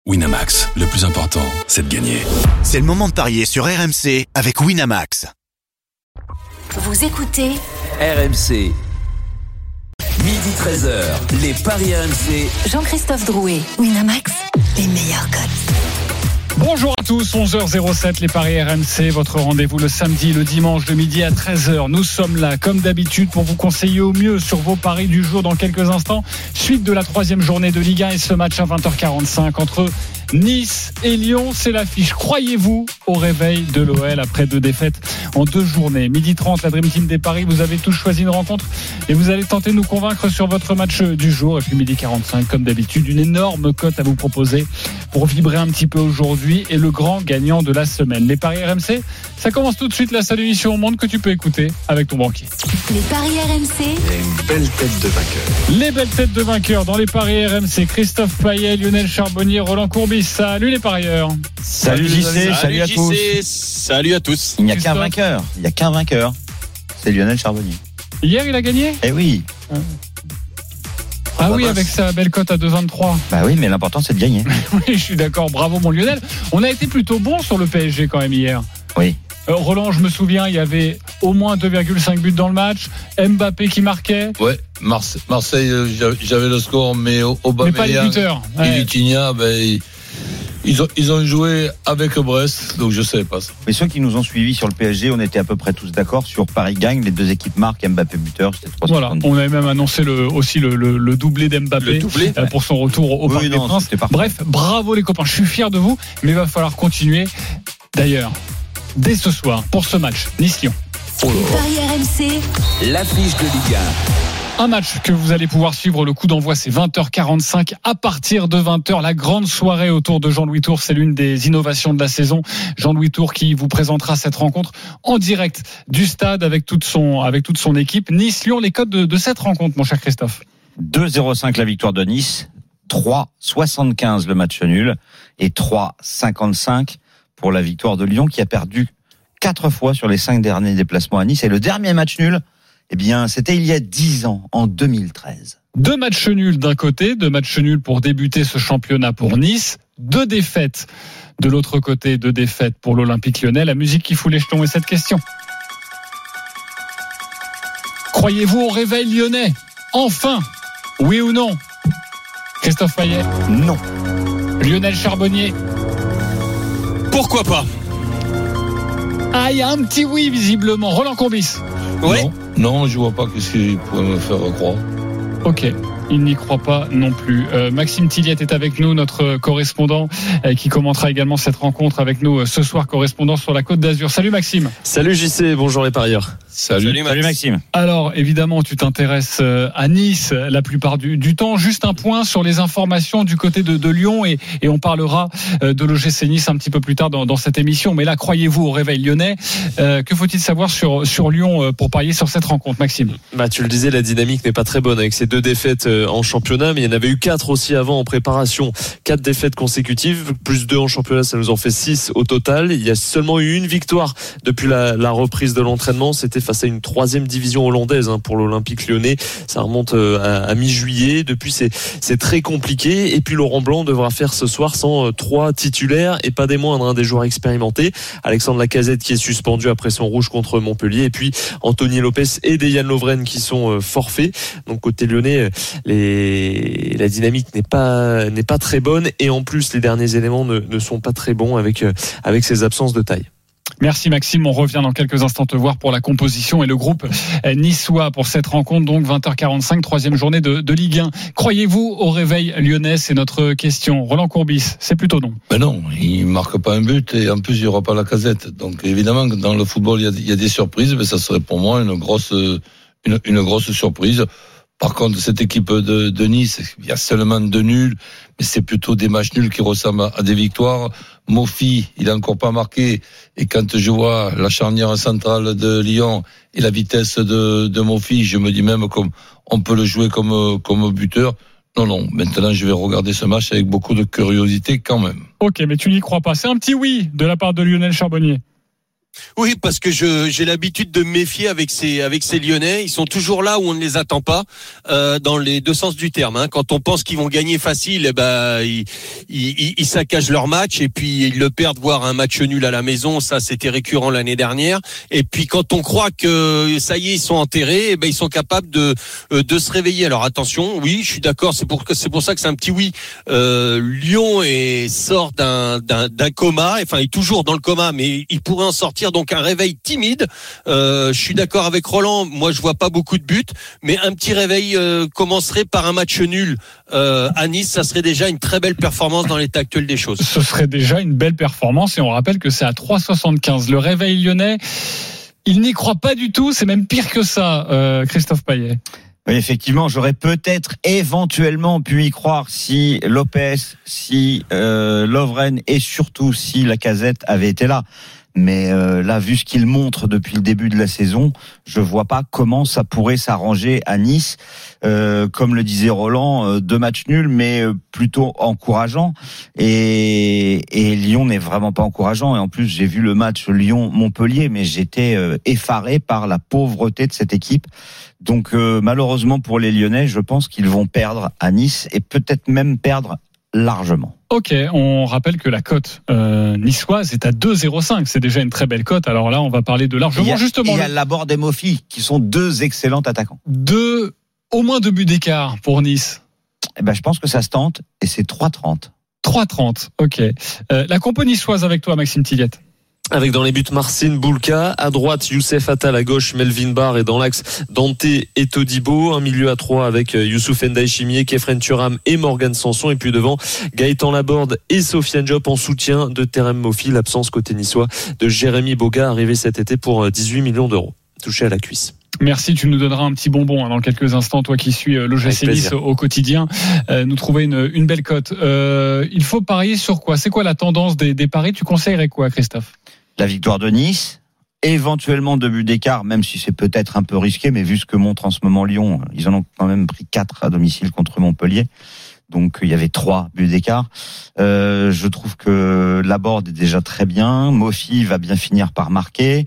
Winamax, le plus important, c'est de gagner. C'est le moment de parier sur RMC avec Winamax. Vous écoutez RMC. Midi 13h, les paris RMC. Jean-Christophe Drouet, Winamax, les meilleurs codes. Bonjour à tous, 11h07, les paris RMC, votre rendez-vous le samedi, le dimanche de midi à 13h. Nous sommes là, comme d'habitude, pour vous conseiller au mieux sur vos paris du jour dans quelques instants. Suite de la 3e journée de Ligue 1 et ce match à 20h45 entre Nice et Lyon, c'est l'affiche. Croyez-vous au réveil de l'OL après 2 défaites en 2 journées. Midi 30, la Dream Team des paris, vous avez tous choisi une rencontre et vous allez tenter de nous convaincre sur votre match du jour. Et puis midi 45, comme d'habitude, une énorme cote à vous proposer pour vibrer un petit peu aujourd'hui et le grand gagnant de la semaine. Les paris RMC, ça commence tout de suite, la seule émission au monde que tu peux écouter avec ton banquier. Les paris RMC. Il y a une belle tête de vainqueur. Les belles têtes de vainqueurs dans les paris RMC. Christophe Payet, Lionel Charbonnier, Roland Courbis. Salut les parieurs. Salut JC, salut à tous. Salut à tous. Il n'y a qu'un vainqueur. C'est Lionel Charbonnier. Hier, il a gagné ? Eh oui. Ah oui, avec sa belle cote à 2,23. Bah oui, mais l'important c'est de gagner. Oui, je suis d'accord. Bravo mon Lionel. On a été plutôt bon sur le PSG quand même hier. Oui. Roland, je me souviens, il y avait au moins 2,5 buts dans le match. Mbappé qui marquait. Ouais, Marseille, j'avais le score, mais Aubameyang, mais pas les buteurs. Et Vitinha, ils ont joué avec Brest, donc je savais pas ça. Mais ceux qui nous ont suivis sur le PSG, on était à peu près tous d'accord sur Paris gagne, les 2 équipes marquent, Mbappé buteur, c'était 3,70. Voilà, on avait même annoncé aussi le doublé d'Mbappé pour son retour au Parc des Princes. Bref, bravo les copains, je suis fier de vous, mais il va falloir continuer. D'ailleurs, dès ce soir, pour ce match, Nice-Lyon. Les paris RMC. L'affiche de Ligue 1. Un match que vous allez pouvoir suivre, le coup d'envoi c'est 20h45. À partir de 20h, la grande soirée autour de Jean-Louis Tour, c'est l'une des innovations de la saison. Jean-Louis Tour qui vous présentera cette rencontre en direct du stade avec toute son équipe. Nice-Lyon, les codes de cette rencontre, mon cher Christophe. 2,05 la victoire de Nice, 3,75 le match nul et 3,55 pour la victoire de Lyon qui a perdu 4 fois sur les 5 derniers déplacements à Nice. Et le dernier match nul, eh bien, c'était il y a 10 ans, en 2013. 2 matchs nuls d'un côté, 2 matchs nuls pour débuter ce championnat pour Nice, 2 défaites de l'autre côté, 2 défaites pour l'Olympique Lyonnais. La musique qui fout les jetons est cette question. Croyez-vous au réveil lyonnais ? Enfin, oui ou non ? Christophe Payet ? Non. Lionel Charbonnier ? Pourquoi pas ? Ah, il y a un petit oui visiblement. Roland Courbis ? Ouais. Non, je vois pas ce qu'il pourrait me faire croire. Ok, il n'y croit pas non plus. Maxime Tilliette est avec nous, notre correspondant, qui commentera également cette rencontre avec nous ce soir, correspondant sur la Côte d'Azur. Salut Maxime. Salut JC, bonjour les parieurs. Salut Maxime. Alors évidemment tu t'intéresses à Nice la plupart du temps. Juste un point sur les informations du côté de Lyon et on parlera de l'OGC Nice un petit peu plus tard dans cette émission. Mais là, croyez-vous au réveil lyonnais ? Que faut-il savoir sur Lyon pour parier sur cette rencontre, Maxime ? Bah, tu le disais, la dynamique n'est pas très bonne avec ces 2 défaites en championnat, mais il y en avait eu 4 aussi avant en préparation. 4 défaites consécutives, plus 2 en championnat, ça nous en fait 6 au total. Il y a seulement eu une victoire depuis la reprise de l'entraînement. C'était face à une 3e division hollandaise pour l'Olympique Lyonnais. Ça remonte à mi-juillet. Depuis, c'est très compliqué. Et puis Laurent Blanc devra faire ce soir sans 3 titulaires et pas des moindres, des joueurs expérimentés. Alexandre Lacazette qui est suspendu après son rouge contre Montpellier, et puis Anthony Lopez et Dejan Lovren qui sont forfaits. Donc côté lyonnais, la dynamique n'est pas très bonne, et en plus les derniers éléments ne sont pas très bons avec ces absences de taille. Merci Maxime, on revient dans quelques instants te voir pour la composition et le groupe niçois pour cette rencontre, donc 20h45, 3e journée de Ligue 1. Croyez-vous au réveil lyonnais ? C'est notre question. Roland Courbis, c'est plutôt non. Ben non, il marque pas un but et en plus il n'y aura pas Lacazette. Donc évidemment que dans le football il y a des surprises, mais ça serait pour moi une grosse surprise. Par contre, cette équipe de Nice, il y a seulement 2 nuls, mais c'est plutôt des matchs nuls qui ressemblent à des victoires. Mofi, il a encore pas marqué, et quand je vois la charnière centrale de Lyon et la vitesse de Mofi, je me dis même qu'on peut le jouer comme buteur. Non, maintenant je vais regarder ce match avec beaucoup de curiosité quand même. Ok, mais tu n'y crois pas. C'est un petit oui de la part de Lionel Charbonnier. Oui, parce que j'ai l'habitude de me méfier avec ces Lyonnais. Ils sont toujours là où on ne les attend pas, dans les deux sens du terme. Hein. Quand on pense qu'ils vont gagner facile, ils saccagent leur match et puis ils le perdent, voire un match nul à la maison. Ça, c'était récurrent l'année dernière. Et puis quand on croit que ça y est, ils sont enterrés, ils sont capables de se réveiller. Alors attention, oui, je suis d'accord. C'est pour ça que c'est un petit oui. Lyon sort d'un coma. Enfin, il est toujours dans le coma, mais il pourrait en sortir. Donc un réveil timide. Je suis d'accord avec Roland. Moi, je vois pas beaucoup de buts, mais un petit réveil commencerait par un match nul à Nice. Ça serait déjà une très belle performance dans l'état actuel des choses. Ce serait déjà une belle performance et on rappelle que c'est à 3,75. Le réveil lyonnais, il n'y croit pas du tout. C'est même pire que ça, Christophe Payet. Oui, effectivement, j'aurais peut-être éventuellement pu y croire si Lopez, si Lovren et surtout si Lacazette avaient été là. Mais là, vu ce qu'il montre depuis le début de la saison, je vois pas comment ça pourrait s'arranger à Nice. Comme le disait Roland, 2 matchs nuls, mais plutôt encourageants. Et Lyon n'est vraiment pas encourageant. Et en plus, j'ai vu le match Lyon-Montpellier, mais j'étais effaré par la pauvreté de cette équipe. Donc malheureusement pour les Lyonnais, je pense qu'ils vont perdre à Nice et peut-être même perdre largement. Ok, on rappelle que la cote niçoise est à 2,05. C'est déjà une très belle cote. Alors là, on va parler de largement. Il y a Laborde et Mofi qui sont 2 excellents attaquants. Au moins 2 buts d'écart pour Nice. Je pense que ça se tente et c'est 3,30. 3,30, ok. La compo niçoise avec toi, Maxime Tilliette. Avec dans les buts Marcin Boulka, à droite Youssef Attal, à gauche Melvin Barr et dans l'axe Dante et Todibo, un milieu à 3 avec Youssouf Ndiaye Chimier, Kefren Thuram et Morgan Sanson et puis devant Gaëtan Laborde et Sofiane Diop en soutien de Terem Mofi, l'absence côté niçois de Jérémy Boga arrivé cet été pour 18 millions d'euros, touché à la cuisse. Merci, tu nous donneras un petit bonbon dans quelques instants, toi qui suis l'OGC Nice au quotidien, nous trouver une belle cote. Il faut parier sur quoi ? C'est quoi la tendance des paris ? Tu conseillerais quoi, Christophe ? La victoire de Nice, éventuellement 2 buts d'écart, même si c'est peut-être un peu risqué, mais vu ce que montre en ce moment Lyon, ils en ont quand même pris 4 à domicile contre Montpellier. Donc il y avait 3 buts d'écart. Je trouve que Laborde est déjà très bien. Mofi va bien finir par marquer.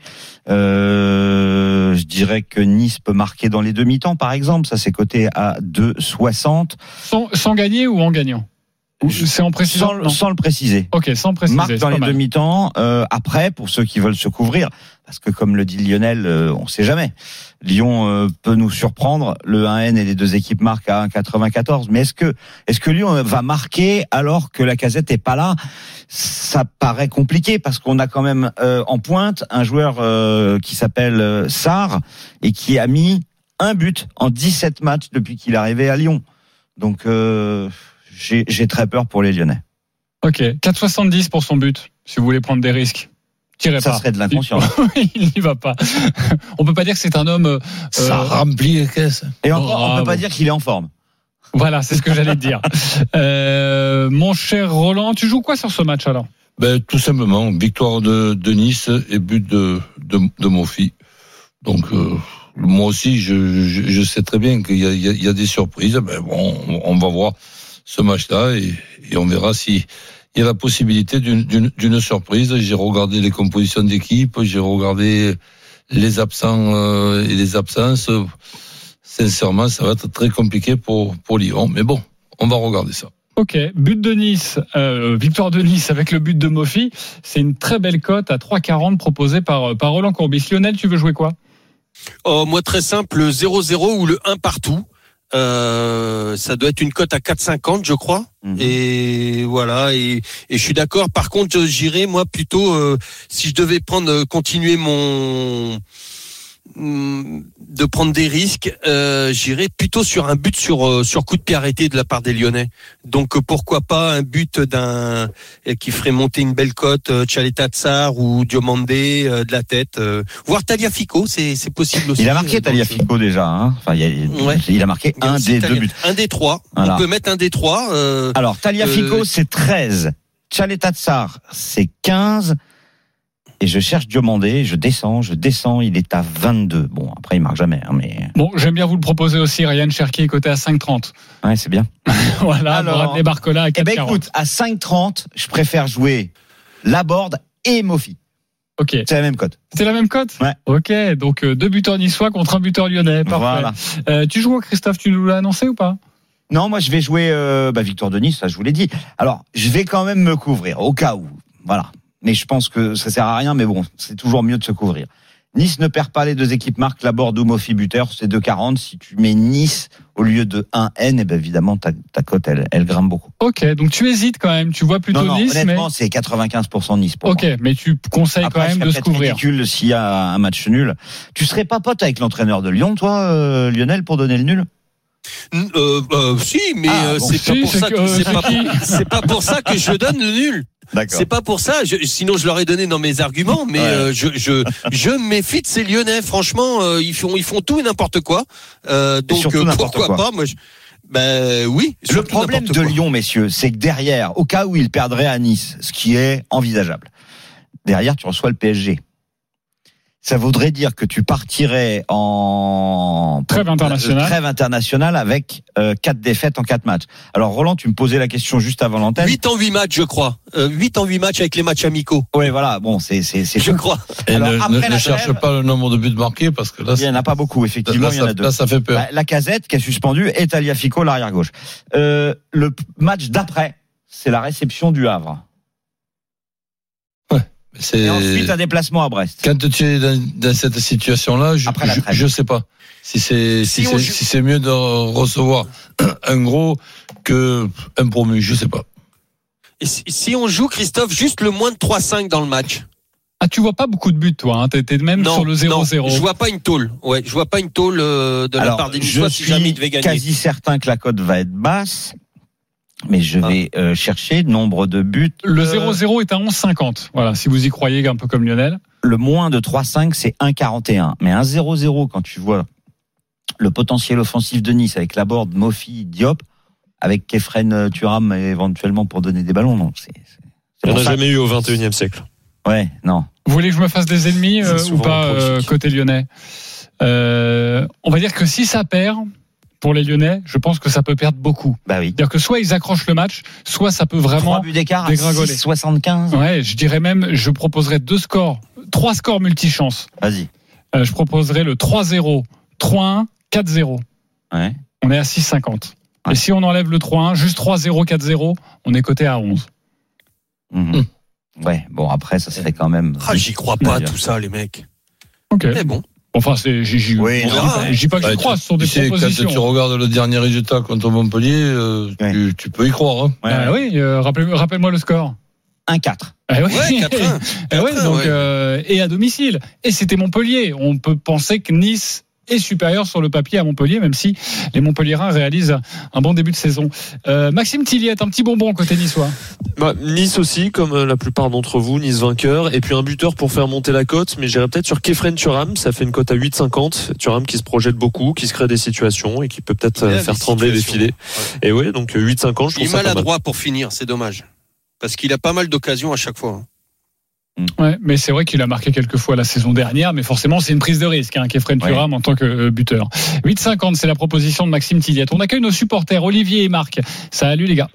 Je dirais que Nice peut marquer dans les demi-temps, par exemple. Ça, c'est coté à 2,60. Sans gagner ou en gagnant ? C'est en précisant sans le préciser. Ok, sans préciser. Marque dans les demi-temps. Après, pour ceux qui veulent se couvrir, parce que comme le dit Lionel, on sait jamais. Lyon peut nous surprendre. Le 1N et les 2 équipes marquent à 1,94. Mais est-ce que Lyon va marquer alors que Lacazette est pas là ? Ça paraît compliqué parce qu'on a quand même en pointe un joueur qui s'appelle Sarr et qui a mis 1 but en 17 matchs depuis qu'il est arrivé à Lyon. Donc j'ai très peur pour les Lyonnais. Ok, 4,70 pour son but, si vous voulez prendre des risques. Ça serait de l'inconscience. Il n'y va pas. On peut pas dire que c'est un homme... Ça remplit les caisses. Et encore, on peut pas dire qu'il est en forme. Voilà, c'est ce que j'allais te dire. Mon cher Roland, tu joues quoi sur ce match alors ? Tout simplement, victoire de Nice et but de Mofi. Donc... moi aussi, je sais très bien qu'il y a des surprises. On va voir ce match-là et on verra si il y a la possibilité d'une surprise. J'ai regardé les compositions d'équipe, j'ai regardé les absents et les absences. Sincèrement, ça va être très compliqué pour Lyon. Mais bon, on va regarder ça. Ok, but de Nice, victoire de Nice avec le but de Mofi. C'est une très belle cote à 3,40 proposée par Roland Courbis. Lionel, tu veux jouer quoi ? Moi, très simple, le 0-0 ou le 1 partout. Ça doit être une cote à 4,50, je crois. Et voilà. Et je suis d'accord. Par contre, j'irais, moi, plutôt, si je devais continuer de prendre des risques, j'irais plutôt sur un but sur coup de pied arrêté de la part des Lyonnais. Donc pourquoi pas un but qui ferait monter une belle cote, Tchaleta Tsar ou Diomandé de la tête, voire Tagliafico, c'est possible aussi. Il a marqué Tagliafico déjà, hein. Enfin il a marqué un des 2 buts. Un des 3. Voilà. On peut mettre un des 3. Alors Tagliafico c'est 13, Tchaleta Tsar c'est 15. Et je cherche Diomandé, je descends, il est à 22. Bon, après, il marque jamais, hein, mais... Bon, j'aime bien vous le proposer aussi, Ryan Cherki est coté à 5,30. Ouais, c'est bien. Voilà, Bradley Barcola à 4,40. Écoute, à 5,30, je préfère jouer Laborde et Mofi. Ok. C'est la même cote. C'est la même cote. Ouais. Ok, donc 2 buteurs niçois contre un buteur lyonnais. Parfait. Voilà. Tu joues, Christophe, tu nous l'as annoncé ou pas? Non, moi je vais jouer victoire de Nice, ça je vous l'ai dit. Alors, je vais quand même me couvrir, au cas où. Voilà. Mais je pense que ça sert à rien, mais bon, c'est toujours mieux de se couvrir. Nice ne perd pas, les deux équipes marquent, Laborde ou Mofi buteur, c'est 2,40. Si tu mets Nice au lieu de 1N, et ben évidemment ta cote elle grimpe beaucoup. Ok, donc tu hésites quand même, tu vois plutôt non, Nice. Honnêtement, c'est 95% Nice pour moi. Mais tu conseilles après, quand même de se couvrir. C'est ridicule s'il y a un match nul. Tu serais pas pote avec l'entraîneur de Lyon, toi, Lionel, pour donner le nul? Si, mais c'est pas pour ça que je donne le nul. D'accord. C'est pas pour ça. Sinon, je l'aurais donné dans mes arguments. Mais je me méfie de ces Lyonnais. Franchement, ils font tout et n'importe quoi. Donc pourquoi pas. Moi, oui. Le problème de Lyon, messieurs, c'est que derrière, au cas où ils perdraient à Nice, ce qui est envisageable, derrière, tu reçois le PSG. Ça voudrait dire que tu partirais en trêve internationale avec 4 défaites en 4 matchs. Alors Roland, tu me posais la question juste avant l'antenne. 8 en 8 matchs, je crois. 8 en 8 matchs avec les matchs amicaux. Oui, voilà. Bon, c'est je crois. Et alors, ne cherche pas le nombre de buts marqués parce que là, il y en a pas beaucoup, effectivement. Il y en a 2. Là, ça fait peur. La Casette qui est suspendue et Tagliafico, l'arrière gauche. Le match d'après, c'est la réception du Havre. Et ensuite un déplacement à Brest. Quand tu es dans cette situation-là, je sais pas si c'est mieux de recevoir un gros que un promu, je sais pas. Et si on joue, Christophe, juste le moins de 3-5 dans le match. Ah, tu vois pas beaucoup de buts, toi, hein. T'es même sur le 0-0. Non, je vois pas une tôle. Ouais, je vois pas une tôle de la part des Niçois si jamais ils devaient gagner. Je suis quasi certain que la cote va être basse. Mais je vais chercher nombre de buts. Le 0-0 est à 11,50. Voilà, si vous y croyez, un peu comme Lionel. Le moins de 3,5, c'est 1,41. Mais un 0-0, quand tu vois le potentiel offensif de Nice avec Laborde, Mofi, Diop, avec Kefren Thuram éventuellement pour donner des ballons, non, il n'y en a jamais eu au 21e siècle. Ouais, non. Vous voulez que je me fasse des ennemis ou pas côté lyonnais? On va dire que si ça perd, pour les Lyonnais, je pense que ça peut perdre beaucoup. Bah oui. C'est-à-dire que soit ils accrochent le match, soit ça peut vraiment 3 buts d'écart dégringoler. 6,75. Ouais, je dirais même, je proposerais 3 scores multichance. Vas-y. Je proposerais le 3-0, 3-1, 4-0. Ouais. On est à 6,50. Ouais. Et si on enlève le 3-1, juste 3-0, 4-0, on est coté à 11. Ouais, bon, après, ça serait quand même. J'y crois pas, tout ça, les mecs. Ok. Mais bon. Enfin, je dis pas que je crois, ce sont des propositions. Quand tu regardes le dernier résultat contre Montpellier, tu peux y croire. Hein. Oui, rappelle-moi le score. 1-4. Ouais, 4-1. Donc, et à domicile. Et c'était Montpellier. On peut penser que Nice est supérieur sur le papier à Montpellier, même si les Montpelliérains réalisent un bon début de saison. Maxime Tilliette, un petit bonbon côté niçois. Nice aussi, comme la plupart d'entre vous, Nice vainqueur, et puis un buteur pour faire monter la cote, mais j'irais peut-être sur Kefren Thuram, ça fait une cote à 8,50. Thuram qui se projette beaucoup, qui se crée des situations et qui peut peut-être faire trembler les filets. Ouais. Et ouais, donc 8,50, je trouve ça pas mal. Il est maladroit pour finir, c'est dommage. Parce qu'il a pas mal d'occasions à chaque fois. Ouais, mais c'est vrai qu'il a marqué quelques fois la saison dernière, mais forcément c'est une prise de risque, Kefren Thuram en tant que buteur. 8,50, c'est la proposition de Maxime Tilliette. On accueille nos supporters, Olivier et Marc. Salut les gars.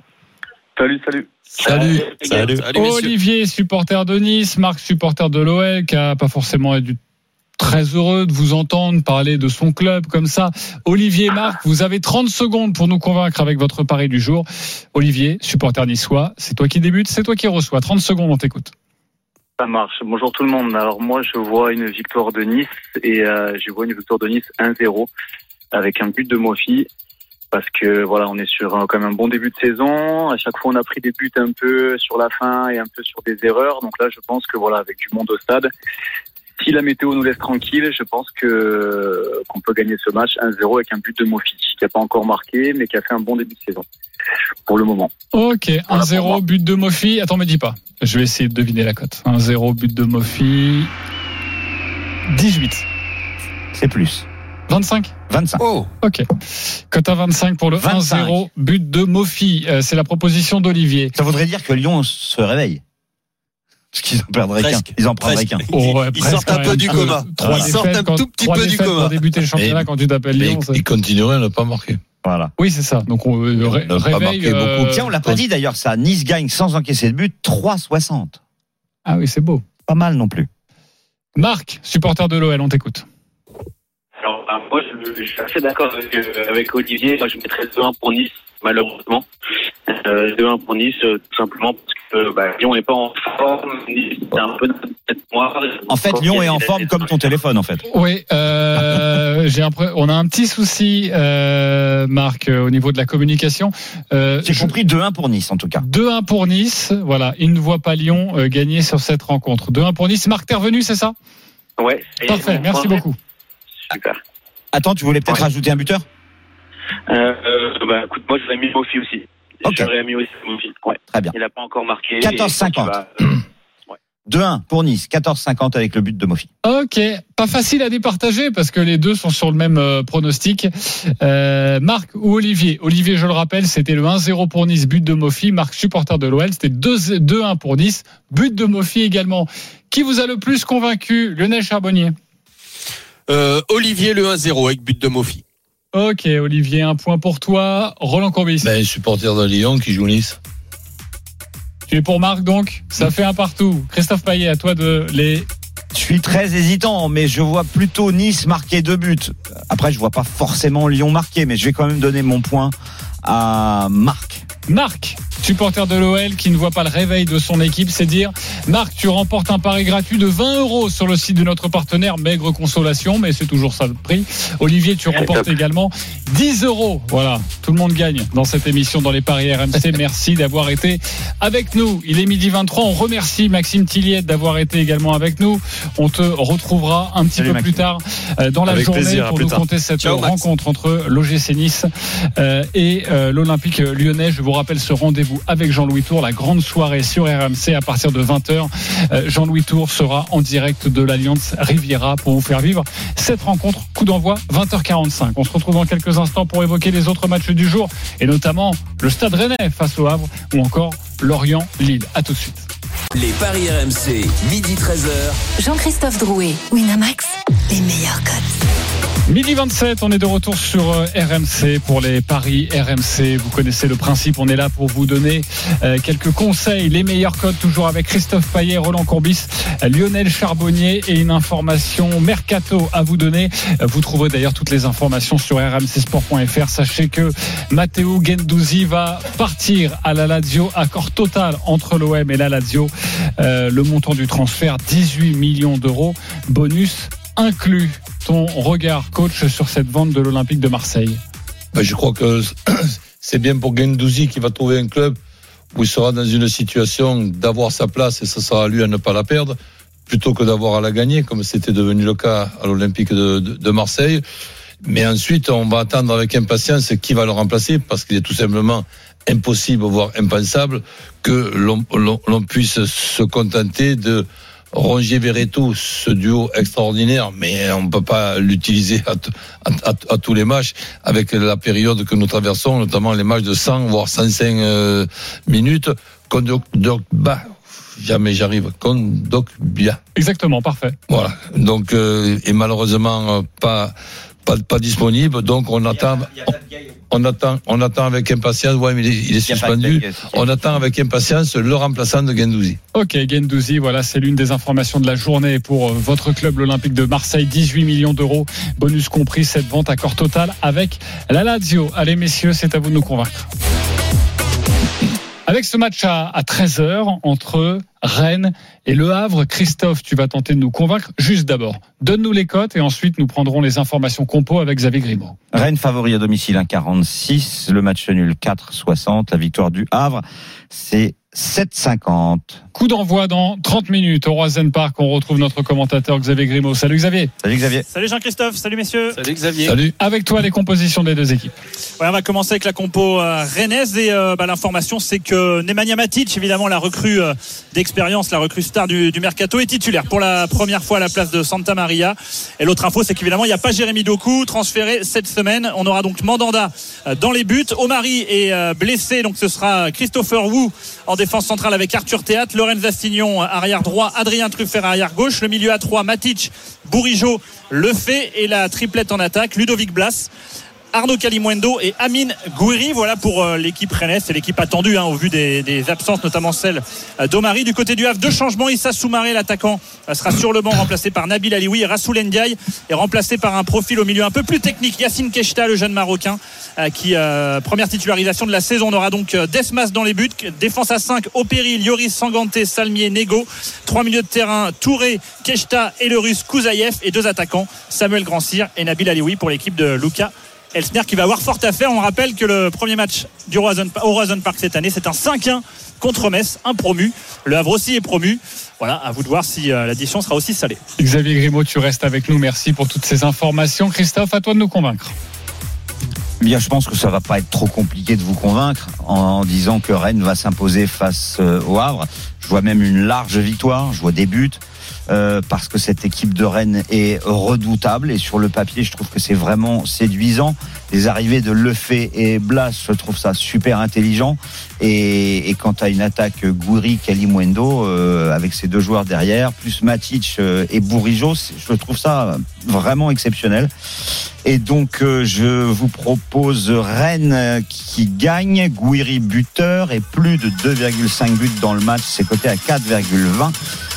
Salut. Olivier, supporter de Nice, Marc, supporter de l'OL, qui a pas forcément dû très heureux de vous entendre parler de son club comme ça. Olivier et Marc, vous avez 30 secondes pour nous convaincre avec votre pari du jour. Olivier, supporter niçois, c'est toi qui débute, c'est toi qui reçois. 30 secondes, on t'écoute. Ça marche. Bonjour tout le monde. Alors moi, je vois une victoire de Nice et je vois une victoire de Nice 1-0 avec un but de Mofi parce que voilà, on est sur quand même un bon début de saison. À chaque fois, on a pris des buts un peu sur la fin et un peu sur des erreurs. Donc là, je pense que voilà, avec du monde au stade, si la météo nous laisse tranquille, je pense qu'on peut gagner ce match 1-0 avec un but de Mofi qui n'a pas encore marqué, mais qui a fait un bon début de saison pour le moment. Ok, 1-0, but de Mofi. Attends, me dis pas. Je vais essayer de deviner la cote. 1-0, but de Mofi. 18. C'est plus. 25. 25. Oh. Ok. Cote à 25 pour le 25. 1-0, but de Mofi. C'est la proposition d'Olivier. Ça voudrait dire que Lyon se réveille. Parce qu'ils en perdraient qu'un. Ils en prendraient qu'un. Ils sortent un peu du coma. Ils sortent un tout petit peu du coma. Pour débuter le championnat quand tu t'appelles Lyon. Ils continueraient à ne pas marquer. Voilà. Oui, c'est ça. Donc on réveille. Beaucoup. Tiens, on l'a pas dit d'ailleurs ça. Nice gagne sans encaisser de but 3,60. Ah oui, c'est beau. Pas mal non plus. Marc, supporter de l'OL, on t'écoute. Alors, moi, je suis assez d'accord avec Olivier. Moi, je mettrais 2-1 pour Nice, malheureusement. 2-1 pour Nice, tout simplement parce que Lyon n'est pas en forme. Nice, c'est un peu de tête noire. En fait, Lyon est en forme comme ton téléphone, en fait. Oui, on a un petit souci, Marc, au niveau de la communication. J'ai compris 2-1 pour Nice, en tout cas. 2-1 pour Nice. Voilà, il ne voit pas Lyon gagner sur cette rencontre. 2-1 pour Nice. Marc, t'es revenu, c'est ça ? Ouais. Parfait, merci beaucoup. Super. Attends, tu voulais peut-être rajouter un buteur ? Écoute, moi, j'aurais mis Mofi aussi. Ok. J'aurais mis aussi Mofi. Ouais. Très bien. Il n'a pas encore marqué. 14,50. 2-1 pour Nice, 14,50 avec le but de Mofi. Ok, pas facile à départager parce que les deux sont sur le même pronostic. Marc ou Olivier ? Olivier, je le rappelle, c'était le 1-0 pour Nice, but de Mofi. Marc, supporter de l'OL, c'était 2-1 pour Nice, but de Mofi également. Qui vous a le plus convaincu ? Lionel Charbonnier ? Olivier, le 1-0 avec but de Mofi. Ok, Olivier, un point pour toi. Roland Courbis. Supporter de Lyon qui joue Nice. Tu es pour Marc donc ? Ça fait un partout. Christophe Payet, à toi de les... Je suis très hésitant, mais je vois plutôt Nice marquer 2 buts. Après, je vois pas forcément Lyon marquer, mais je vais quand même donner mon point à Marc. Marc, supporter de l'OL qui ne voit pas le réveil de son équipe, c'est dire. Marc, tu remportes un pari gratuit de 20 € sur le site de notre partenaire, maigre consolation, mais c'est toujours ça le prix. Olivier, tu remportes également 10 €. Voilà, tout le monde gagne dans cette émission dans les paris RMC. Merci d'avoir été avec nous. Il est 12h23. On remercie Maxime Tilliette d'avoir été également avec nous. On te retrouvera un petit peu plus tard dans la journée pour nous compter cette rencontre entre l'OGC Nice et l'Olympique Lyonnais. Je vous rappelle ce rendez-vous avec Jean-Louis Tour, la grande soirée sur RMC à partir de 20h. Jean-Louis Tour sera en direct de l'Alliance Riviera pour vous faire vivre cette rencontre. Coup d'envoi 20h45. On se retrouve dans quelques instants pour évoquer les autres matchs du jour et notamment le Stade Rennais face au Havre ou encore Lorient-Lille. À tout de suite. Les paris RMC, midi 13h. Jean-Christophe Drouet, Winamax, les meilleurs codes. 12h27, on est de retour sur RMC pour les paris RMC. Vous connaissez le principe, on est là pour vous donner quelques conseils, les meilleurs codes, toujours avec Christophe Payet, Roland Courbis, Lionel Charbonnier et une information mercato à vous donner. Vous trouverez d'ailleurs toutes les informations sur rmcsport.fr. Sachez que Matteo Guendouzi va partir à la Lazio, accord total entre l'OM et la Lazio. Le montant du transfert, 18 millions d'euros, bonus inclus. Ton regard, coach, sur cette vente de l'Olympique de Marseille? Je crois que c'est bien pour Guendouzi qui va trouver un club où il sera dans une situation d'avoir sa place et ça sera à lui à ne pas la perdre, plutôt que d'avoir à la gagner, comme c'était devenu le cas à l'Olympique de Marseille. Mais ensuite, on va attendre avec impatience qui va le remplacer, parce qu'il est tout simplement impossible, voire impensable, que l'on puisse se contenter de Rongier Verretou, ce duo extraordinaire, mais on ne peut pas l'utiliser à tous les matchs avec la période que nous traversons, notamment les matchs de 100 voire 105 minutes. Kondogbia, jamais j'arrive. Kondogbia. Exactement, parfait. Voilà. Donc et malheureusement pas disponible. Donc on attend. On attend avec impatience. Ouais, mais il est suspendu. On attend avec impatience le remplaçant de Guendouzi. Ok, Guendouzi, voilà, c'est l'une des informations de la journée pour votre club, l'Olympique de Marseille. 18 millions d'euros, bonus compris, cette vente accord total avec la Lazio. Allez, messieurs, c'est à vous de nous convaincre. Avec ce match à 13h entre Rennes et Le Havre, Christophe, tu vas tenter de nous convaincre. Juste d'abord, donne-nous les cotes et ensuite nous prendrons les informations compo avec Xavier Grimaud. Rennes favori à domicile 1,46, le match nul 4,60, la victoire du Havre c'est 7,50. Coup d'envoi dans 30 minutes au Roisen Park. On retrouve notre commentateur Xavier Grimaud. Salut Xavier. Salut Xavier. Salut Jean-Christophe, salut messieurs. Salut Xavier. Salut. Avec toi les compositions des deux équipes. Ouais, on va commencer avec la compo rennaise et l'information c'est que Nemanja Matic, évidemment la recrue d'expérience, la recrue star du mercato, est titulaire pour la première fois à la place de Santa Maria. Et l'autre info c'est qu'évidemment il n'y a pas Jérémy Doku transféré cette semaine. On aura donc Mandanda dans les buts. Omari est blessé, donc ce sera Christopher Wu en défense centrale avec Arthur Théat, Lorenz Astignon arrière droit, Adrien Truffert arrière gauche, le milieu à 3 Matic, Bourigeaud, Lefebvre et la triplette en attaque Ludovic Blas, Arnaud Kalimuendo et Amine Gouiri. Voilà pour l'équipe rennaise. C'est l'équipe attendue au vu des absences, notamment celle d'Omari. Du côté du Havre, 2 changements. Issa Soumaré, l'attaquant, sera sur le banc, remplacé par Nabil Alioui. Et Rassoul Ndiaye est remplacé par un profil au milieu un peu plus technique, Yacine Keshta, le jeune Marocain, qui première titularisation de la saison. On aura donc Desmas dans les buts, défense à 5, Opéril, Yoris, Sanganté, Salmier, Nego, 3 milieux de terrain, Touré, Keshta et le Russe Kouzaïev, et 2 attaquants, Samuel Grand-Cyr et Nabil Alioui pour l'équipe de Luca Elsner, qui va avoir fort à faire. On rappelle que le premier match au Horizon Park cette année, c'est un 5-1 contre Metz, un promu. Le Havre aussi est promu. Voilà, à vous de voir si l'addition sera aussi salée. Xavier Grimaud, tu restes avec nous. Merci pour toutes ces informations. Christophe, à toi de nous convaincre. Bien, je pense que ça va pas être trop compliqué de vous convaincre en disant que Rennes va s'imposer face au Havre. Je vois même une large victoire, je vois des buts. Parce que cette équipe de Rennes est redoutable et sur le papier je trouve que c'est vraiment séduisant. Les arrivées de Lefebvre et Blas, je trouve ça super intelligent, et quant à une attaque Gouiri, Kalimuendo avec ces 2 joueurs derrière plus Matic et Bourigeaud, je trouve ça vraiment exceptionnel. Et donc je vous propose Rennes qui gagne, Gouiri buteur et plus de 2,5 buts dans le match, c'est coté à 4,20.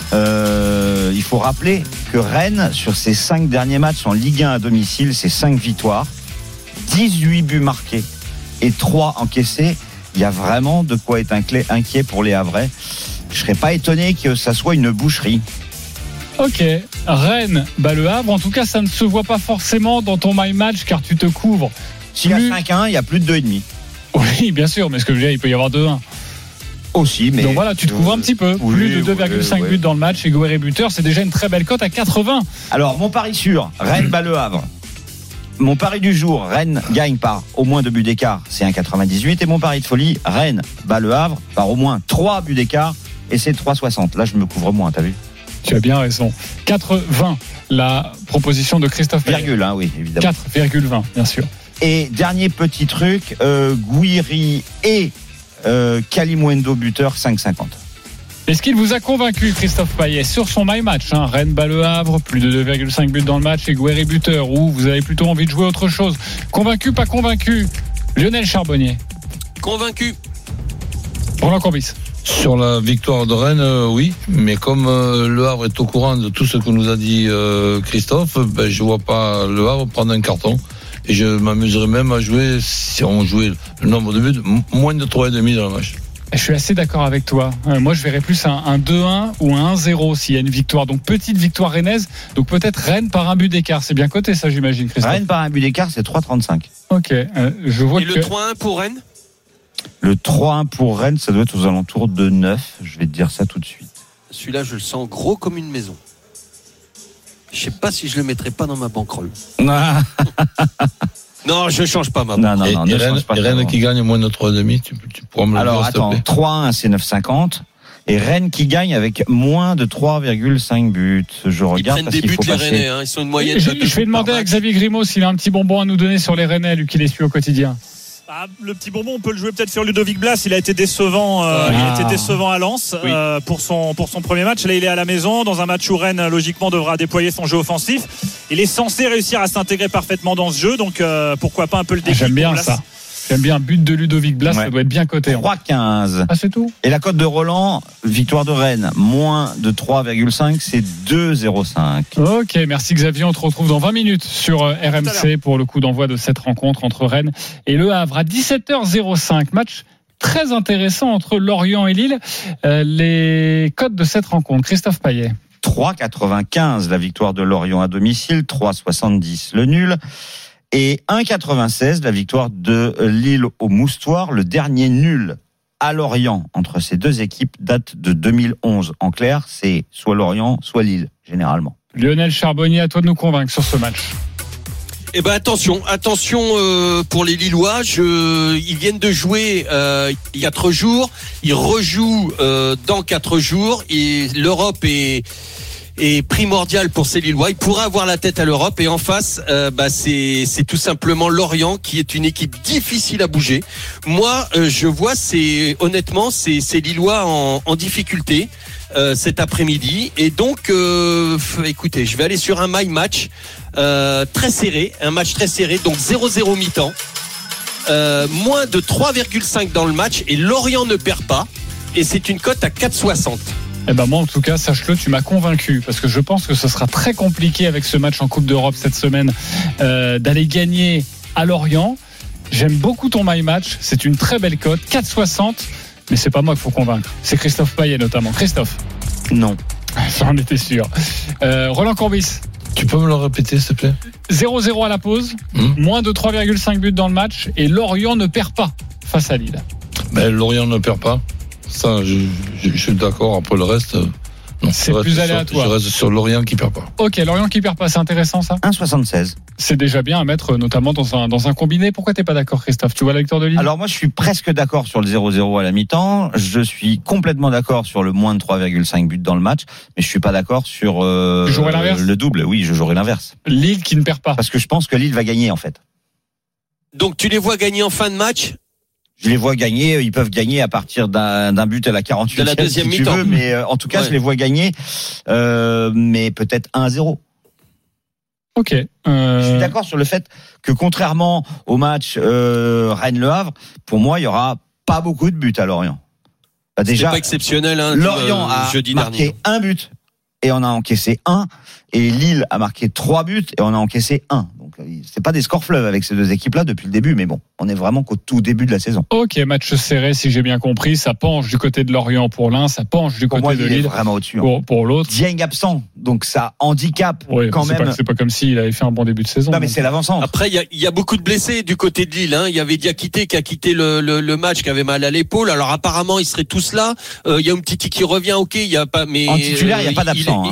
Il faut rappeler que Rennes, sur ses 5 derniers matchs en Ligue 1 à domicile, c'est 5 victoires, 18 buts marqués et 3 encaissés. Il y a vraiment de quoi être inquiet pour les Havrais. Je ne serais pas étonné que ça soit une boucherie. Ok, Rennes bat le Havre. En tout cas, ça ne se voit pas forcément dans ton My Match car tu te couvres. S'il y a 5-1, il y a plus de 2,5. Oui, bien sûr, mais ce que je veux dire, il peut y avoir 2-1. Aussi, mais donc voilà, tu te couvres un petit peu. Oui, plus de 2,5 buts dans le match et Gouiri buteur, c'est déjà une très belle cote à 80. Alors, mon pari sûr, Rennes bat le Havre. Mon pari du jour, Rennes gagne par au moins 2 buts d'écart, c'est 1,98. Et mon pari de folie, Rennes bat le Havre par au moins 3 buts d'écart, et c'est 3,60. Là, je me couvre moins, t'as vu ? Tu as bien raison. 4,20, la proposition de Christophe Payet. Virgule, oui, évidemment. 4,20, bien sûr. Et dernier petit truc, Gouiri et Kalimuendo buteur, 5,50. Est-ce qu'il vous a convaincu, Christophe Payet, sur son My Match, Rennes bat le Havre, plus de 2,5 buts dans le match et Gouiri buteur, ou vous avez plutôt envie de jouer autre chose? Convaincu, pas convaincu? Lionel Charbonnier. Convaincu. Roland Courbis. Sur la victoire de Rennes, oui, mais comme le Havre est au courant de tout ce que nous a dit Christophe, je vois pas le Havre prendre un carton. Et je m'amuserais même à jouer, si on jouait le nombre de buts, moins de 3,5 dans le match. Je suis assez d'accord avec toi. Moi, je verrais plus un 2-1 ou un 1-0 s'il y a une victoire. Donc, petite victoire rennaise. Donc, peut-être Rennes par un but d'écart. C'est bien coté, ça, j'imagine, Christophe. Rennes par un but d'écart, c'est 3,35. Ok. Je vois. Et le 3-1 pour Rennes? Le 3-1 pour Rennes, ça doit être aux alentours de 9. Je vais te dire ça tout de suite. Celui-là, je le sens gros comme une maison. Je sais pas si je le mettrai pas dans ma bankroll. Non, je change pas ma banque. Non, et Rennes qui gagne moins de 3,5, tu pourras me le dire. Alors attends, 3-1 c'est 9,50 et Rennes qui gagne avec moins de 3,5 buts. Je regarde ils prennent parce des qu'il buts faut les passer. Rennais, ils sont une moyenne. Je vais demander à Xavier Grimaud s'il a un petit bonbon à nous donner sur les Rennais, lui qui les suit au quotidien. Le petit bonbon, on peut le jouer peut-être sur Ludovic Blas. Il a été décevant, à Lens pour son premier match. Là, il est à la maison dans un match où Rennes logiquement devra déployer son jeu offensif. Il est censé réussir à s'intégrer parfaitement dans ce jeu, donc pourquoi pas un peu le défi. J'aime bien ça. J'aime bien un but de Ludovic Blas, ça doit être bien coté. 3,15. Ah, c'est tout. Et la cote de Roland, victoire de Rennes, moins de 3,5, c'est 2,05. Ok, merci Xavier. On te retrouve dans 20 minutes sur RMC pour le coup d'envoi de cette rencontre entre Rennes et Le Havre à 17h05. Match très intéressant entre Lorient et Lille. Les cotes de cette rencontre, Christophe Payet. 3,95 la victoire de Lorient à domicile, 3,70 le nul. Et 1,96 la victoire de Lille au Moustoir. Le dernier nul à Lorient entre ces deux équipes date de 2011. En clair, c'est soit Lorient, soit Lille, généralement. Lionel Charbonnier, à toi de nous convaincre sur ce match. Eh ben attention pour les Lillois. Ils viennent de jouer il y a 3 jours. Ils rejouent dans 4 jours. Et l'Europe est est primordial pour ces Lillois. Ils pourraient avoir la tête à l'Europe et en face, c'est tout simplement Lorient qui est une équipe difficile à bouger. Moi, je vois honnêtement ces Lillois en difficulté cet après-midi et donc écoutez, je vais aller sur un my match très serré, un match très serré, donc 0-0 mi-temps. Moins de 3,5 dans le match et Lorient ne perd pas et c'est une cote à 4,60. Eh ben moi en tout cas, sache-le, tu m'as convaincu parce que je pense que ce sera très compliqué avec ce match en Coupe d'Europe cette semaine d'aller gagner à Lorient. J'aime beaucoup ton my match, c'est une très belle cote, 4,60, mais c'est pas moi qu'il faut convaincre, c'est Christophe Payet notamment. Christophe? Non. J'en étais sûr. Roland Courbis? Tu peux me le répéter, s'il te plaît? 0-0 à la pause, moins de 3,5 buts dans le match et Lorient ne perd pas face à Lille. Lorient ne perd pas. Ça, je suis d'accord. Après le reste, non, c'est plus aléatoire. Je reste sur Lorient qui perd pas. Ok, Lorient qui perd pas, c'est intéressant ça. 1,76. C'est déjà bien à mettre notamment dans un combiné. Pourquoi t'es pas d'accord, Christophe? Tu vois la victoire de Lille? Alors moi je suis presque d'accord sur le 0-0 à la mi-temps. Je suis complètement d'accord sur le moins de 3,5 buts dans le match, mais je suis pas d'accord sur le double. Oui, je jouerai l'inverse. Lille qui ne perd pas. Parce que je pense que Lille va gagner en fait. Donc tu les vois gagner en fin de match? Je les vois gagner, ils peuvent gagner à partir d'un but à la 48e de la deuxième si tu mi-temps. veux, mais en tout cas je les vois gagner, mais peut-être 1-0. Ok. Je suis d'accord sur le fait que contrairement au match Rennes-Le Havre, pour moi il y aura pas beaucoup de buts à Lorient. Déjà, c'est pas exceptionnel. Lorient a jeudi marqué dernier. un but et on a encaissé 1, et Lille a marqué 3 buts et on a encaissé 1. Donc c'est pas des scores fleuves avec ces deux équipes-là depuis le début, mais bon, on est vraiment qu'au tout début de la saison. Ok, match serré si j'ai bien compris. Ça penche du côté de Lorient pour l'un, ça penche du côté de Lille vraiment au-dessus, pour l'autre. Dieng absent, donc ça handicape quand même. C'est pas comme s'il avait fait un bon début de saison. Non, mais c'est l'avant-centre. Après, il y a beaucoup de blessés du côté de Lille. Il y avait Diakité qui a quitté le match, qui avait mal à l'épaule. Alors apparemment, ils seraient tous là. Il y a Umtiti qui revient. Ok, il y a pas. Mais en titulaire, il y a pas d'absent.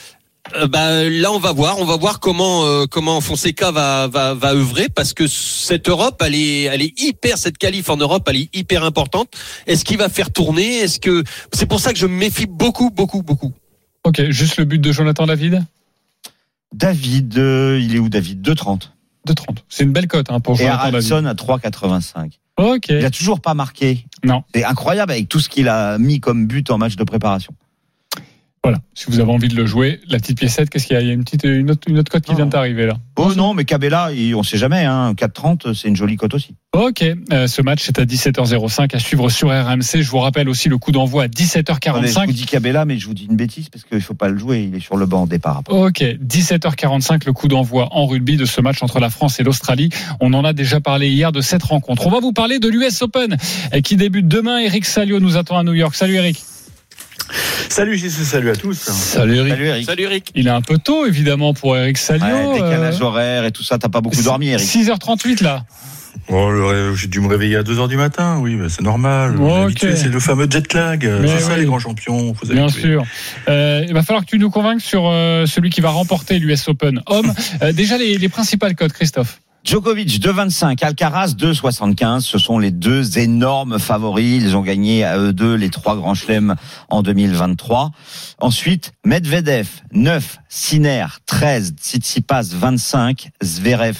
Là, on va voir comment Fonseca va œuvrer, parce que cette Europe, elle est hyper, cette qualif en Europe, elle est hyper importante. Est-ce qu'il va faire tourner? C'est pour ça que je me méfie beaucoup. Ok, juste le but de Jonathan David. David, il est où David? 2,30. 2,30. C'est une belle cote pour Jonathan David. Et Haraldsson à 3,85. Ok. Il a toujours pas marqué. Non. C'est incroyable avec tout ce qu'il a mis comme but en match de préparation. Voilà, si vous avez envie de le jouer, la petite piécette, qu'est-ce qu'il y a? Il y a une autre cote qui vient d'arriver là. Oh non, mais Cabella, on sait jamais, 4,30, c'est une jolie cote aussi. Ok, ce match est à 17h05 à suivre sur RMC. Je vous rappelle aussi le coup d'envoi à 17h45. Je vous dis Cabella, mais je vous dis une bêtise parce qu'il faut pas le jouer, il est sur le banc au départ. Ok, 17h45, le coup d'envoi en rugby de ce match entre la France et l'Australie. On en a déjà parlé hier de cette rencontre. On va vous parler de l'US Open qui débute demain. Eric Salio nous attend à New York. Salut Eric. Salut JC, salut à tous. Salut Eric. Salut Eric. Il est un peu tôt évidemment pour Eric Salio. Ouais, décalage horaire et tout ça, t'as pas beaucoup dormi Eric. 6h38 là. J'ai dû me réveiller à 2h du matin, oui, mais c'est normal. Okay. C'est le fameux jet lag. C'est ça les grands champions. Bien sûr. Il va falloir que tu nous convainques sur celui qui va remporter l'US Open homme. Déjà les principales cotes, Christophe. Djokovic 2,25, Alcaraz 2,75. Ce sont les deux énormes favoris. Ils ont gagné à eux deux les 3 grands chelems en 2023. Ensuite, Medvedev 9, Sinner 13, Tsitsipas 25, Zverev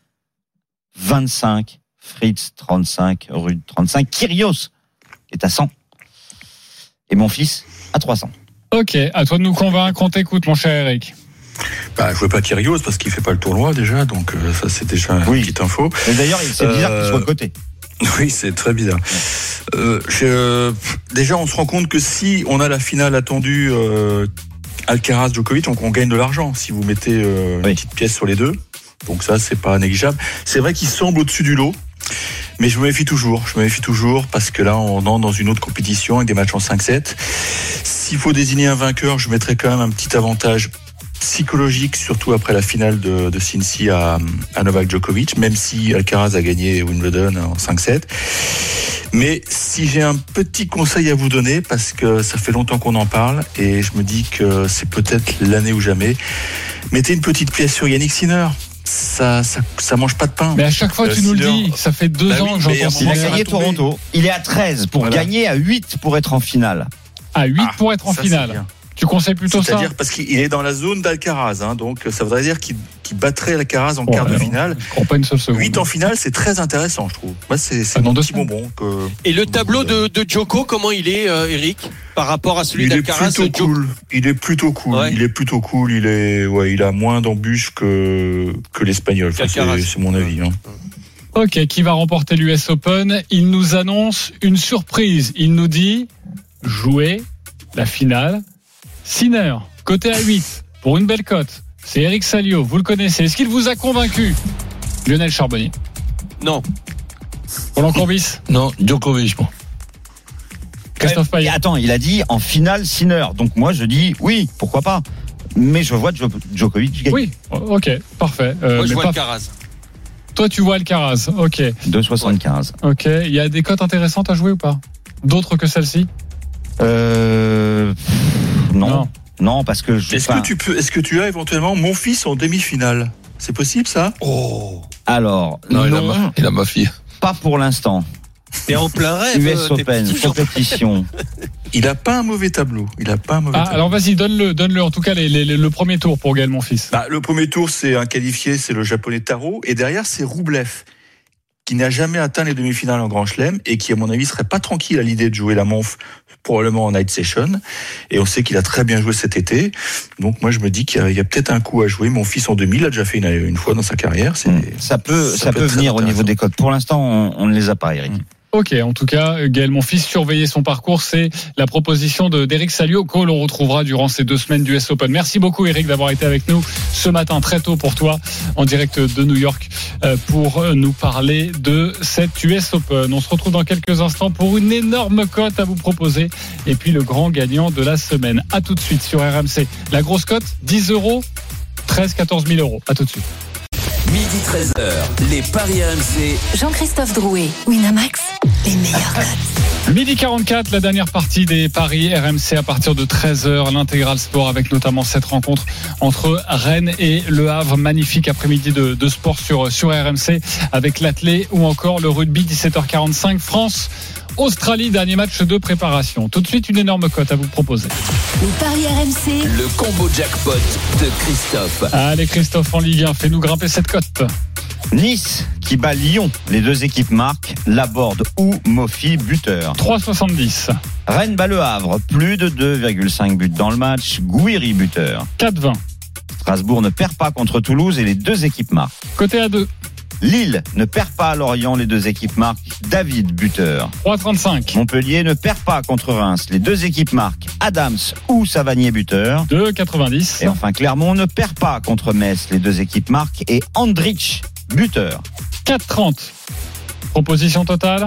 25, Fritz 35, Ruud 35, Kyrgios est à 100 et mon fils à 300. Ok, à toi de nous convaincre. On t'écoute, mon cher Eric. Je veux pas Kyrgios parce qu'il fait pas le tournoi déjà, donc ça c'est déjà une petite info. Et d'ailleurs, c'est bizarre qu'il soit de côté. Oui, c'est très bizarre. Déjà, on se rend compte que si on a la finale attendue Alcaraz-Djokovic, on gagne de l'argent si vous mettez une petite pièce sur les deux. Donc ça, c'est pas négligeable. C'est vrai qu'il semble au-dessus du lot, mais je me méfie toujours parce que là, on entre dans une autre compétition avec des matchs en 5-7. S'il faut désigner un vainqueur, je mettrais quand même un petit avantage psychologique, surtout après la finale de Cincy à Novak Djokovic, même si Alcaraz a gagné Wimbledon en 5-7. Mais si j'ai un petit conseil à vous donner, parce que ça fait longtemps qu'on en parle, et je me dis que c'est peut-être l'année ou jamais, mettez une petite pièce sur Yannick Sinner. Ça mange pas de pain. Mais à chaque fois tu nous le dis, ça fait 2 ans que j'entends. Il a gagné Toronto. Il est à 13 pour gagner, à 8 pour être en finale. À 8 pour être en finale. Tu conseilles plutôt ça? C'est-à-dire parce qu'il est dans la zone d'Alcaraz, hein, donc ça voudrait dire qu'il battrait Alcaraz en quart de finale. Pas une seule seconde. 8 en finale, c'est très intéressant, je trouve. Moi, c'est mon petit bonbon. Et le tableau de Djoko, comment il est, Eric, par rapport à celui d'Alcaraz? Il est plutôt cool. Ouais. Il est plutôt cool. Il a moins d'embûches que l'Espagnol. Enfin, c'est mon avis. Hein. Ok, qui va remporter l'US Open? Il nous annonce une surprise. Il nous dit jouer la finale. Sinner, côté à 8, pour une belle cote. C'est Eric Salio, vous le connaissez. Est-ce qu'il vous a convaincu, Lionel Charbonnier? Non. Roland Courbis? Non, Djokovic, moi. Christophe Payet? Attends, il a dit en finale Sinner. Donc moi, je dis oui, pourquoi pas. Mais je vois Djokovic gagner. Oui, ok, parfait. Moi, je vois Alcaraz. Toi, tu vois Alcaraz, ok. 2,75. Ok, il y a des cotes intéressantes à jouer ou pas? D'autres que celle-ci? Non, parce que Est-ce que tu as éventuellement mon fils en demi-finale? C'est possible, ça? Alors, non. Il a ma fille. Pas pour l'instant. T'es en plein rêve. US Open, compétition. Il a pas un mauvais tableau. Tableau. Alors vas-y, donne-le en tout cas le premier tour pour Gaël Monfils. Le premier tour, c'est un qualifié, c'est le japonais Taro, et derrière c'est Roublev, qui n'a jamais atteint les demi-finales en Grand Chelem et qui, à mon avis, serait pas tranquille à l'idée de jouer la Monf, probablement en night session. Et on sait qu'il a très bien joué cet été. Donc moi, je me dis qu'il y a peut-être un coup à jouer. Mon fils en demi, il a déjà fait une fois dans sa carrière. Ça peut venir au niveau des cotes. Pour l'instant, on ne les a pas, Eric. Ok, en tout cas, Gaël Monfils, surveiller son parcours, c'est la proposition d'Eric Salio que l'on retrouvera durant ces 2 semaines du US Open. Merci beaucoup, Eric, d'avoir été avec nous ce matin très tôt pour toi, en direct de New York, pour nous parler de cette US Open. On se retrouve dans quelques instants pour une énorme cote à vous proposer et puis le grand gagnant de la semaine. À tout de suite sur RMC. La grosse cote, 10 €, 14 000 €. À tout de suite. Midi 13h, les paris RMC. Jean-Christophe Drouet, Winamax, les meilleurs cotes. Midi 44, la dernière partie des paris RMC à partir de 13h, l'intégral sport avec notamment cette rencontre entre Rennes et Le Havre. Magnifique après-midi de sport sur RMC avec l'athlé ou encore le rugby. 17h45, France Australie, dernier match de préparation. Tout de suite, une énorme cote à vous proposer. Les paris RMC. Le combo jackpot de Christophe. Allez Christophe en Ligue 1, fais-nous grimper cette cote. Nice qui bat Lyon. Les deux équipes marquent. Laborde ou Mofi buteur. 3,70. Rennes bat Le Havre. Plus de 2,5 buts dans le match. Gouiri buteur. 4,20. Strasbourg ne perd pas contre Toulouse et les deux équipes marquent. Côté à 2. Lille ne perd pas à Lorient, les deux équipes marquent. David buteur. 3,35. Montpellier ne perd pas contre Reims, les deux équipes marquent. Adams ou Savanier buteur. 2,90. Et enfin Clermont ne perd pas contre Metz, les deux équipes marquent. Et Andrich buteur. 4,30. Proposition totale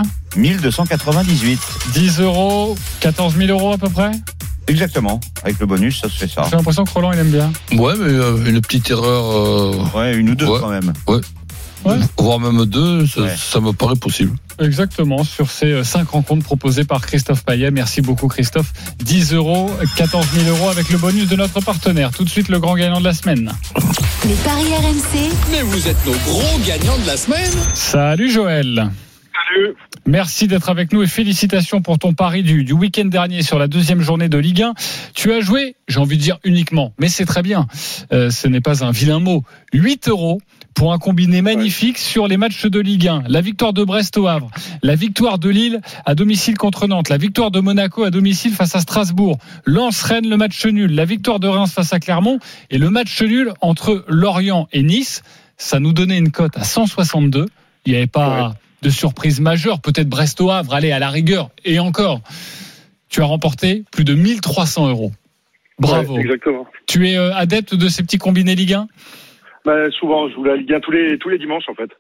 1298. 10 €, 14 000 € à peu près. Exactement, avec le bonus, ça se fait ça. J'ai l'impression que Roland il aime bien. Ouais, mais une petite erreur. Ouais, une ou deux quand même. Ouais. Ouais. Voire même 2, ça me paraît possible. Exactement, sur ces 5 rencontres proposées par Christophe Payet. Merci beaucoup Christophe. 10 €, 14 000 € avec le bonus de notre partenaire. Tout de suite, le grand gagnant de la semaine. Les paris RMC. Mais vous êtes nos gros gagnants de la semaine. Salut Joël. Salut. Merci d'être avec nous et félicitations pour ton pari du week-end dernier sur la 2e journée de Ligue 1. Tu as joué, j'ai envie de dire uniquement, mais c'est très bien. Ce n'est pas un vilain mot. 8 € pour un combiné magnifique sur les matchs de Ligue 1. La victoire de Brest au Havre, la victoire de Lille à domicile contre Nantes, la victoire de Monaco à domicile face à Strasbourg, Lens-Rennes le match nul, la victoire de Reims face à Clermont et le match nul entre Lorient et Nice. Ça nous donnait une cote à 162. Il n'y avait pas de surprise majeure, peut-être Brest au Havre, allez à la rigueur, et encore. Tu as remporté plus de 1 300 €. Bravo. Ouais, exactement. Tu es adepte de ces petits combinés Ligue 1 ? Souvent, je joue la Ligue 1 tous les dimanches en fait.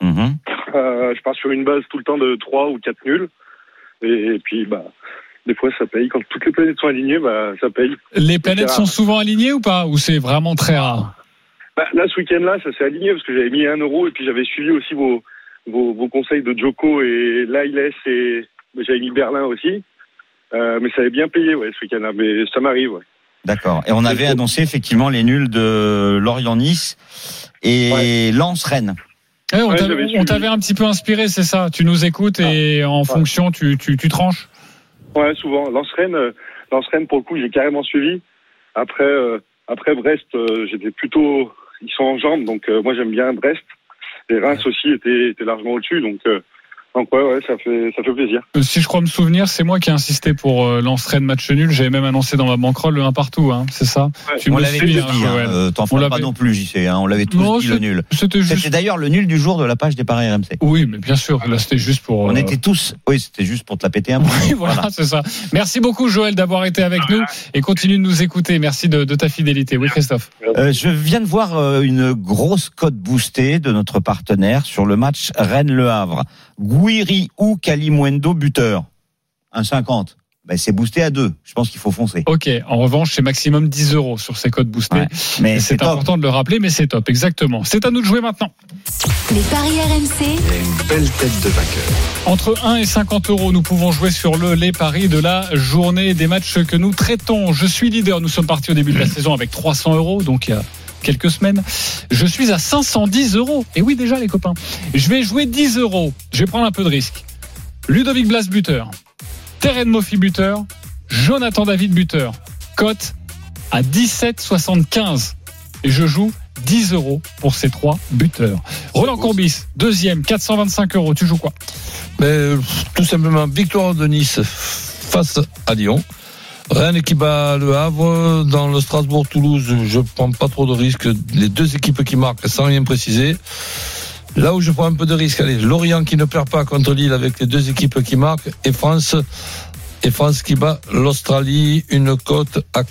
Je pars sur une base tout le temps de 3 ou 4 nuls. Et puis, des fois, ça paye. Quand toutes les planètes sont alignées, ça paye. Les planètes sont souvent alignées ou pas ? Ou c'est vraiment très rare ? Là, ce week-end-là, ça s'est aligné parce que j'avais mis 1 € et puis j'avais suivi aussi vos conseils de Djoko et Lailes et j'avais mis Berlin aussi. Mais ça avait bien payé, ce week-end-là. Mais ça m'arrive, D'accord. Et on avait annoncé effectivement les nuls de Lorient-Nice et Lens-Rennes. On t'avait un petit peu inspiré, c'est ça ? Tu nous écoutes et en fonction, tu tranches ? Ouais, souvent. Lens-Rennes, pour le coup, j'ai carrément suivi. Après Brest, j'étais plutôt, ils sont en jambes, donc moi j'aime bien Brest. Et Reims aussi était largement au-dessus, donc ouais, ça fait plaisir. Si je crois me souvenir, c'est moi qui ai insisté pour Lens-Rennes match nul. J'avais même annoncé dans ma banquerolle le 1 partout, hein, c'est ça? On l'avait tous dit, t'en feras pas non plus, JC, hein, on l'avait tous dit le nul. C'était d'ailleurs le nul du jour de la page des paris RMC. Oui, mais bien sûr, là c'était juste pour... On était tous, c'était juste pour te la péter un peu. Oui, voilà, c'est ça. Merci beaucoup Joël d'avoir été avec nous et continue de nous écouter. Merci de ta fidélité. Oui, Christophe. Je viens de voir une grosse cote boostée de notre partenaire sur le match Rennes-Le Havre. Gouiri ou Kalimuendo buteur 1,50. Ben c'est boosté à 2. Je pense qu'il faut foncer. Ok. En revanche, c'est maximum 10 € sur ces codes boostés. Ouais, mais c'est important de le rappeler, mais c'est top. Exactement. C'est à nous de jouer maintenant. Les paris RMC. Il y a une belle tête de vainqueur. Entre 1 et 50 €, nous pouvons jouer sur les paris de la journée des matchs que nous traitons. Je suis leader. Nous sommes partis au début de la saison avec 300 €. Donc, il y a quelques semaines. Je suis à 510 €. Et oui, déjà, les copains. Je vais jouer 10 €. Je vais prendre un peu de risque. Ludovic Blas, buteur. Terren Moffi, buteur. Jonathan David, buteur. Cote à 17,75. Et je joue 10 € pour ces 3 buteurs. Roland Courbis, deuxième, 425 €. Tu joues quoi? Tout simplement, victoire de Nice face à Lyon. Rennes qui bat le Havre. Dans le Strasbourg-Toulouse, je prends pas trop de risques. Les deux équipes qui marquent sans rien préciser. Là où je prends un peu de risque, allez, Lorient qui ne perd pas contre Lille avec les deux équipes qui marquent, et France qui bat l'Australie, une cote à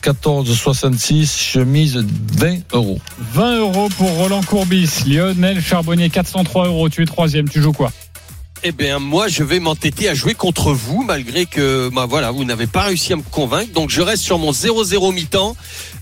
14,66, chemise 20 €. 20 € pour Roland Courbis. Lionel Charbonnier, 403 €. Tu es troisième, tu joues quoi? Eh bien, moi, je vais m'entêter à jouer contre vous, malgré que, vous n'avez pas réussi à me convaincre. Donc, je reste sur mon 0-0 mi-temps.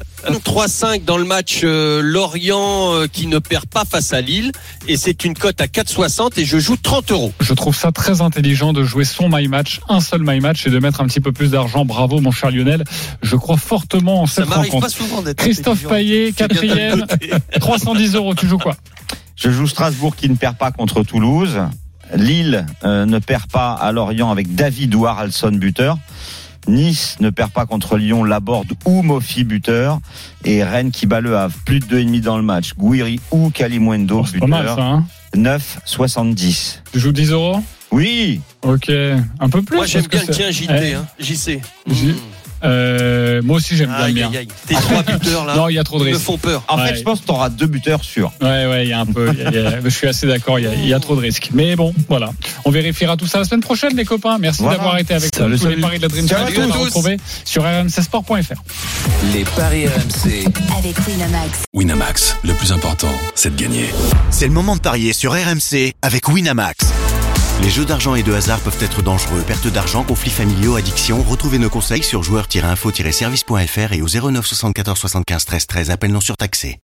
3-5 dans le match Lorient qui ne perd pas face à Lille. Et c'est une cote à 4,60 et je joue 30 €. Je trouve ça très intelligent de jouer son My Match, un seul My Match, et de mettre un petit peu plus d'argent. Bravo, mon cher Lionel. Je crois fortement en cette rencontre. Pas souvent d'être Christophe Payet, quatrième, 310 €. Tu joues quoi? Je joue Strasbourg qui ne perd pas contre Toulouse. Lille ne perd pas à Lorient avec David ou Haraldsson buteur. Nice ne perd pas contre Lyon, Laborde ou Moffi buteur. Et Rennes qui bat le Havre, plus de 2,5 dans le match. Gouiri ou Kalimuendo buteur. Pas mal, ça, hein. 9,70. Tu joues 10 €? Oui. Ok, un peu plus. Moi j'aime bien le tien, JC. Moi aussi j'aime bien. Tes 3 buteurs là. Non, il y a trop de risques. Me font peur. En fait, je pense que tu auras 2 buteurs sûrs. Ouais, il y a un peu. Je suis assez d'accord. Il y a trop de risques. Mais bon, voilà. On vérifiera tout ça la semaine prochaine, les copains. Merci d'avoir été avec nous. Tous les paris de la Dream Team, on va retrouver sur rmcsport.fr. Les paris RMC avec Winamax. Winamax, le plus important, c'est de gagner. C'est le moment de parier sur RMC avec Winamax. Les jeux d'argent et de hasard peuvent être dangereux. Perte d'argent, conflits familiaux, addiction. Retrouvez nos conseils sur joueurs-info-service.fr et au 09 74 75 13 13. Appel non surtaxé.